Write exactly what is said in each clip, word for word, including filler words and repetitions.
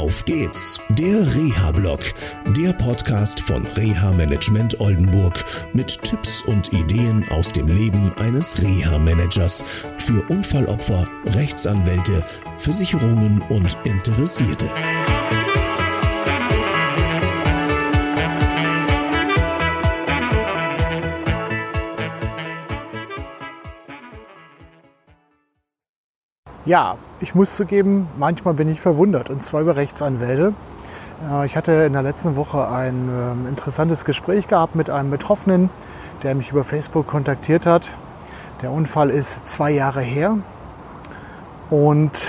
Auf geht's, der Reha-Blog, der Podcast von Reha Management Oldenburg mit Tipps und Ideen aus dem Leben eines Reha-Managers für Unfallopfer, Rechtsanwälte, Versicherungen und Interessierte. Ja, ich muss zugeben, manchmal bin ich verwundert, und zwar über Rechtsanwälte. Ich hatte in der letzten Woche ein interessantes Gespräch gehabt mit einem Betroffenen, der mich über Facebook kontaktiert hat. Der Unfall ist zwei Jahre her und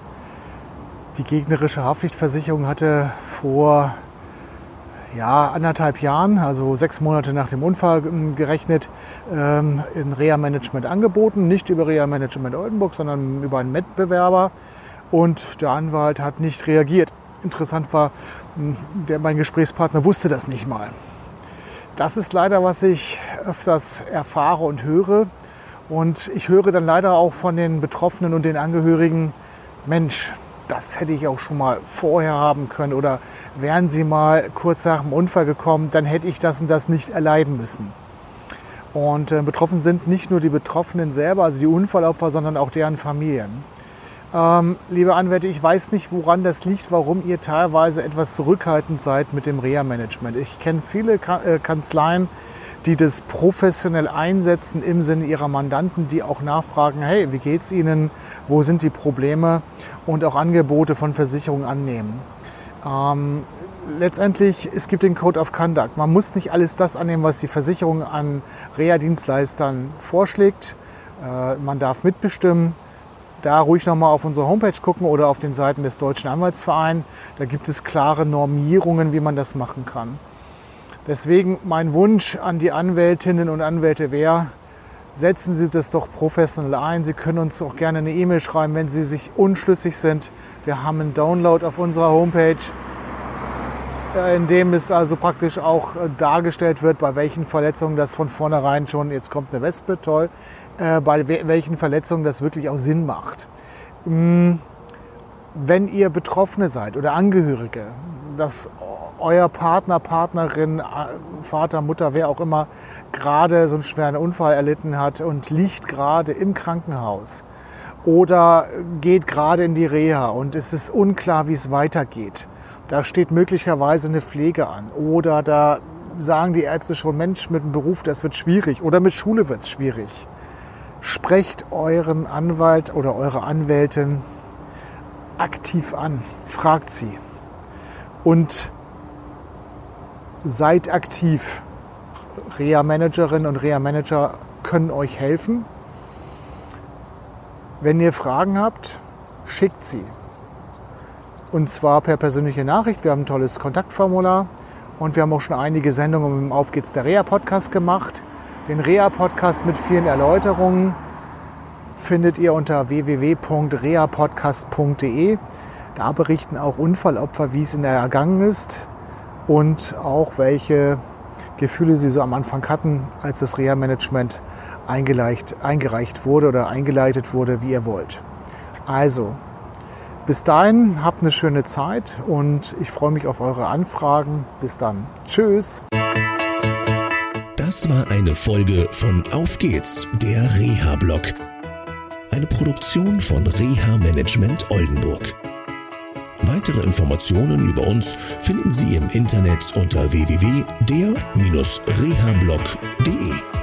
die gegnerische Haftpflichtversicherung hatte vor ja, anderthalb Jahren, also sechs Monate nach dem Unfall gerechnet, ähm, in Reha-Management angeboten. Nicht über Reha-Management Oldenburg, sondern über einen Wettbewerber. Und der Anwalt hat nicht reagiert. Interessant war, der, mein Gesprächspartner wusste das nicht mal. Das ist leider, was ich öfters erfahre und höre. Und ich höre dann leider auch von den Betroffenen und den Angehörigen, Mensch, das hätte ich auch schon mal vorher haben können, oder wären Sie mal kurz nach dem Unfall gekommen, dann hätte ich das und das nicht erleiden müssen. Und äh, betroffen sind nicht nur die Betroffenen selber, also die Unfallopfer, sondern auch deren Familien. Ähm, liebe Anwälte, ich weiß nicht, woran das liegt, warum ihr teilweise etwas zurückhaltend seid mit dem Reha-Management. Ich kenne viele Ka- äh, Kanzleien, die das professionell einsetzen im Sinne ihrer Mandanten, die auch nachfragen, hey, wie geht's Ihnen, wo sind die Probleme, und auch Angebote von Versicherungen annehmen. Ähm, letztendlich, es gibt den Code of Conduct. Man muss nicht alles das annehmen, was die Versicherung an Reha-Dienstleistern vorschlägt. Äh, man darf mitbestimmen. Da ruhig nochmal auf unsere Homepage gucken oder auf den Seiten des Deutschen Anwaltsvereins. Da gibt es klare Normierungen, wie man das machen kann. Deswegen mein Wunsch an die Anwältinnen und Anwälte wäre, setzen Sie das doch professionell ein. Sie können uns auch gerne eine E-Mail schreiben, wenn Sie sich unschlüssig sind. Wir haben einen Download auf unserer Homepage, in dem es also praktisch auch dargestellt wird, bei welchen Verletzungen das von vornherein schon, jetzt kommt eine Wespe, toll, äh, bei welchen Verletzungen das wirklich auch Sinn macht. Wenn ihr Betroffene seid oder Angehörige, dass euer Partner, Partnerin, Vater, Mutter, wer auch immer, gerade so einen schweren Unfall erlitten hat und liegt gerade im Krankenhaus oder geht gerade in die Reha und es ist unklar, wie es weitergeht. Da steht möglicherweise eine Pflege an oder da sagen die Ärzte schon, Mensch, mit dem Beruf, das wird schwierig, oder mit Schule wird es schwierig. Sprecht euren Anwalt oder eure Anwältin aktiv an, fragt sie und seid aktiv. Reha-Managerinnen und Reha-Manager können euch helfen. Wenn ihr Fragen habt, schickt sie. Und zwar per persönliche Nachricht. Wir haben ein tolles Kontaktformular und wir haben auch schon einige Sendungen im Auf geht's der Reha-Podcast gemacht. Den Reha-Podcast mit vielen Erläuterungen findet ihr unter w w w punkt reha podcast punkt d e. Da berichten auch Unfallopfer, wie es ihnen ergangen ist und auch welche Gefühle sie so am Anfang hatten, als das Reha-Management eingereicht wurde oder eingeleitet wurde, wie ihr wollt. Also, bis dahin, habt eine schöne Zeit und ich freue mich auf eure Anfragen. Bis dann. Tschüss. Das war eine Folge von Auf geht's, der Reha-Blog. Eine Produktion von Reha Management Oldenburg. Weitere Informationen über uns finden Sie im Internet unter w w w punkt der Bindestrich reha blog punkt d e.